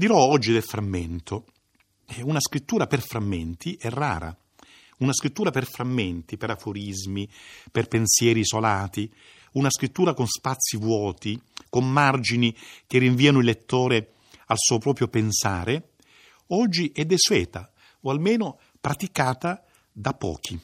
Dirò oggi del frammento. Una scrittura per frammenti è rara. Una scrittura per frammenti, per aforismi, per pensieri isolati, una scrittura con spazi vuoti, con margini che rinviano il lettore al suo proprio pensare, oggi è desueta, o almeno praticata da pochi,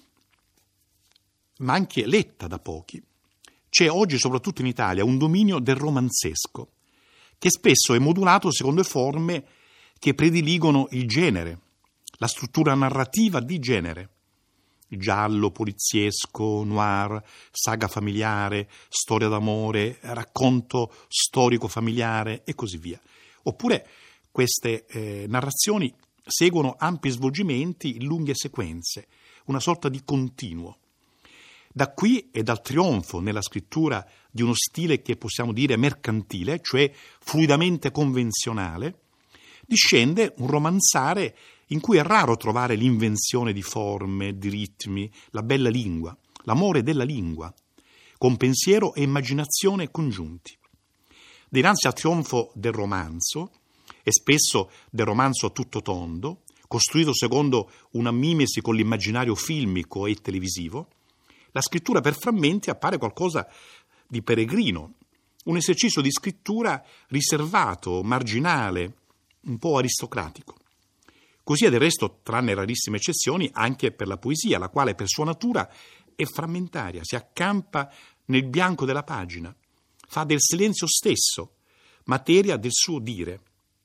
ma anche letta da pochi. C'è oggi, soprattutto in Italia, un dominio del romanzesco, che spesso è modulato secondo forme che prediligono il genere, la struttura narrativa di genere. Giallo, poliziesco, noir, saga familiare, storia d'amore, racconto storico familiare e così via. Oppure queste narrazioni seguono ampi svolgimenti in lunghe sequenze, una sorta di continuo. Da qui e dal trionfo nella scrittura di uno stile che possiamo dire mercantile, cioè fluidamente convenzionale, discende un romanzare in cui è raro trovare l'invenzione di forme, di ritmi, la bella lingua, l'amore della lingua, con pensiero e immaginazione congiunti. Dinanzi al trionfo del romanzo, e spesso del romanzo a tutto tondo, costruito secondo una mimesi con l'immaginario filmico e televisivo, la scrittura per frammenti appare qualcosa di peregrino, un esercizio di scrittura riservato, marginale, un po' aristocratico. Così è del resto, tranne rarissime eccezioni, anche per la poesia, la quale per sua natura è frammentaria, si accampa nel bianco della pagina, fa del silenzio stesso materia del suo dire.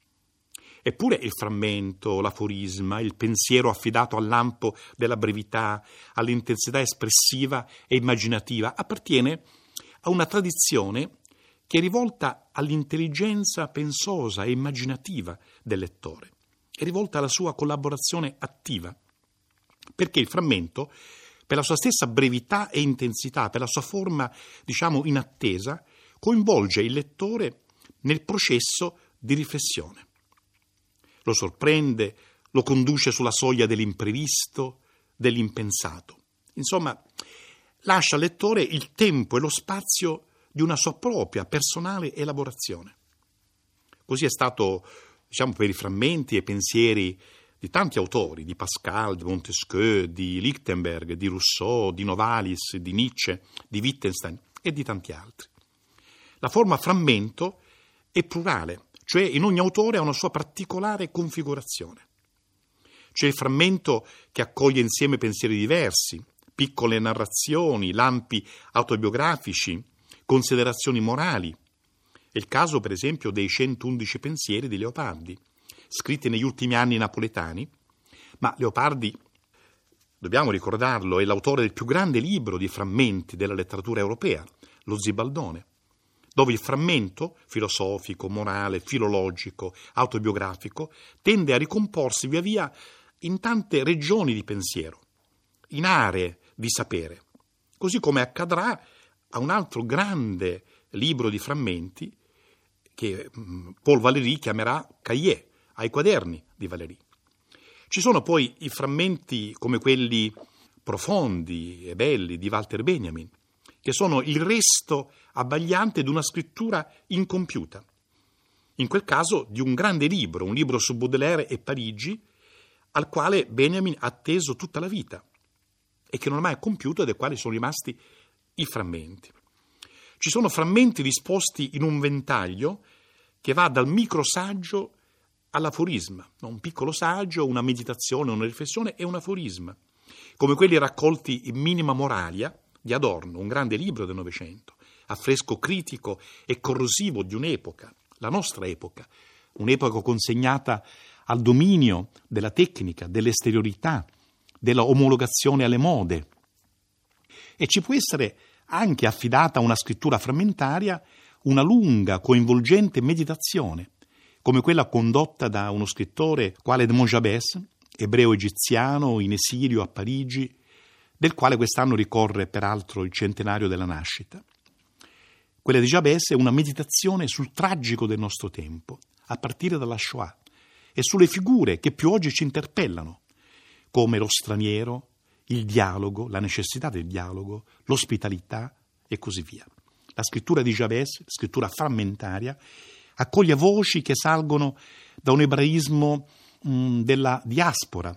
Eppure il frammento, l'aforisma, il pensiero affidato al lampo della brevità, all'intensità espressiva e immaginativa, appartiene a una tradizione che è rivolta all'intelligenza pensosa e immaginativa del lettore, è rivolta alla sua collaborazione attiva, perché il frammento, per la sua stessa brevità e intensità, per la sua forma, inattesa, coinvolge il lettore nel processo di riflessione. Lo sorprende, lo conduce sulla soglia dell'imprevisto, dell'impensato. Insomma, lascia al lettore il tempo e lo spazio di una sua propria personale elaborazione. Così è stato, per i frammenti e pensieri di tanti autori, di Pascal, di Montesquieu, di Lichtenberg, di Rousseau, di Novalis, di Nietzsche, di Wittgenstein e di tanti altri. La forma frammento è plurale, cioè in ogni autore ha una sua particolare configurazione. C'è il frammento che accoglie insieme pensieri diversi, piccole narrazioni, lampi autobiografici, considerazioni morali. È il caso, per esempio, dei 111 pensieri di Leopardi, scritti negli ultimi anni napoletani, ma Leopardi, dobbiamo ricordarlo, è l'autore del più grande libro di frammenti della letteratura europea, lo Zibaldone, dove il frammento filosofico, morale, filologico, autobiografico tende a ricomporsi via via in tante regioni di pensiero, in aree di sapere, così come accadrà a un altro grande libro di frammenti che Paul Valéry chiamerà Cahiers, ai quaderni di Valéry. Ci sono poi i frammenti come quelli profondi e belli di Walter Benjamin, che sono il resto abbagliante di una scrittura incompiuta. In quel caso di un grande libro, un libro su Baudelaire e Parigi, al quale Benjamin ha atteso tutta la vita e che non è mai compiuto e del quale sono rimasti i frammenti. Ci sono frammenti disposti in un ventaglio che va dal microsaggio all'aforisma, un piccolo saggio, una meditazione, una riflessione e un aforisma, come quelli raccolti in Minima Moralia di Adorno, un grande libro del Novecento, affresco critico e corrosivo di un'epoca, la nostra epoca, un'epoca consegnata al dominio della tecnica, dell'esteriorità, della omologazione alle mode. E ci può essere anche affidata a una scrittura frammentaria una lunga, coinvolgente meditazione, come quella condotta da uno scrittore quale Edmond Jabès, ebreo-egiziano in esilio a Parigi, del quale quest'anno ricorre peraltro il centenario della nascita. Quella di Jabès è una meditazione sul tragico del nostro tempo, a partire dalla Shoah, e sulle figure che più oggi ci interpellano, come lo straniero, il dialogo, la necessità del dialogo, l'ospitalità e così via. La scrittura di Jabès, scrittura frammentaria, accoglie voci che salgono da un ebraismo della diaspora,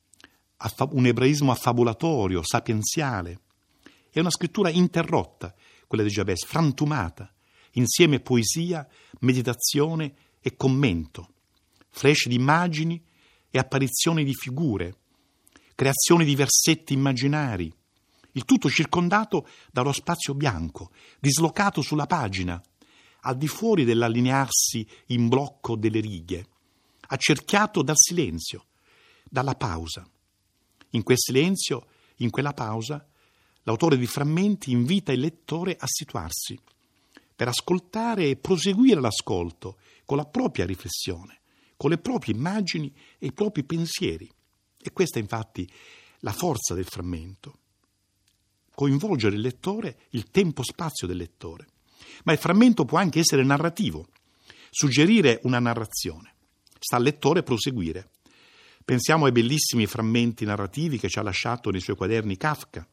un ebraismo affabulatorio, sapienziale. È una scrittura interrotta, quella di Jabez, frantumata, insieme poesia, meditazione e commento, flash di immagini e apparizioni di figure, creazione di versetti immaginari, il tutto circondato dallo spazio bianco, dislocato sulla pagina, al di fuori dell'allinearsi in blocco delle righe, accerchiato dal silenzio, dalla pausa. In quel silenzio, in quella pausa, l'autore di Frammenti invita il lettore a situarsi, per ascoltare e proseguire l'ascolto con la propria riflessione, con le proprie immagini e i propri pensieri. E questa è infatti la forza del frammento. Coinvolgere il lettore, il tempo-spazio del lettore. Ma il frammento può anche essere narrativo, suggerire una narrazione. Sta al lettore proseguire. Pensiamo ai bellissimi frammenti narrativi che ci ha lasciato nei suoi quaderni Kafka,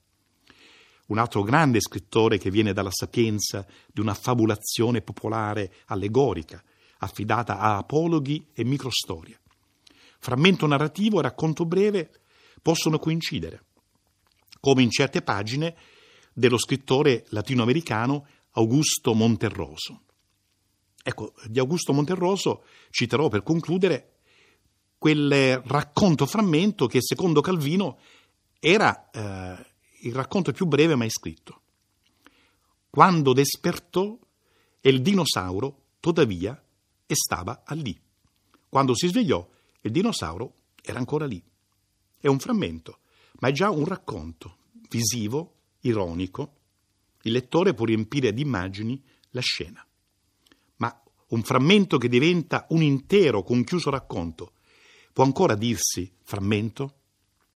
un altro grande scrittore che viene dalla sapienza di una fabulazione popolare allegorica, affidata a apologhi e microstorie. Frammento narrativo e racconto breve possono coincidere, come in certe pagine dello scrittore latinoamericano Augusto Monterroso. Ecco, di Augusto Monterroso citerò per concludere quel racconto frammento che secondo Calvino era il racconto più breve mai scritto. Quando despertò, il dinosauro, tuttavia, stava lì. Quando si svegliò, il dinosauro era ancora lì. È un frammento, ma è già un racconto, visivo, ironico. Il lettore può riempire di immagini la scena. Ma un frammento che diventa un intero, conchiuso racconto, può ancora dirsi frammento?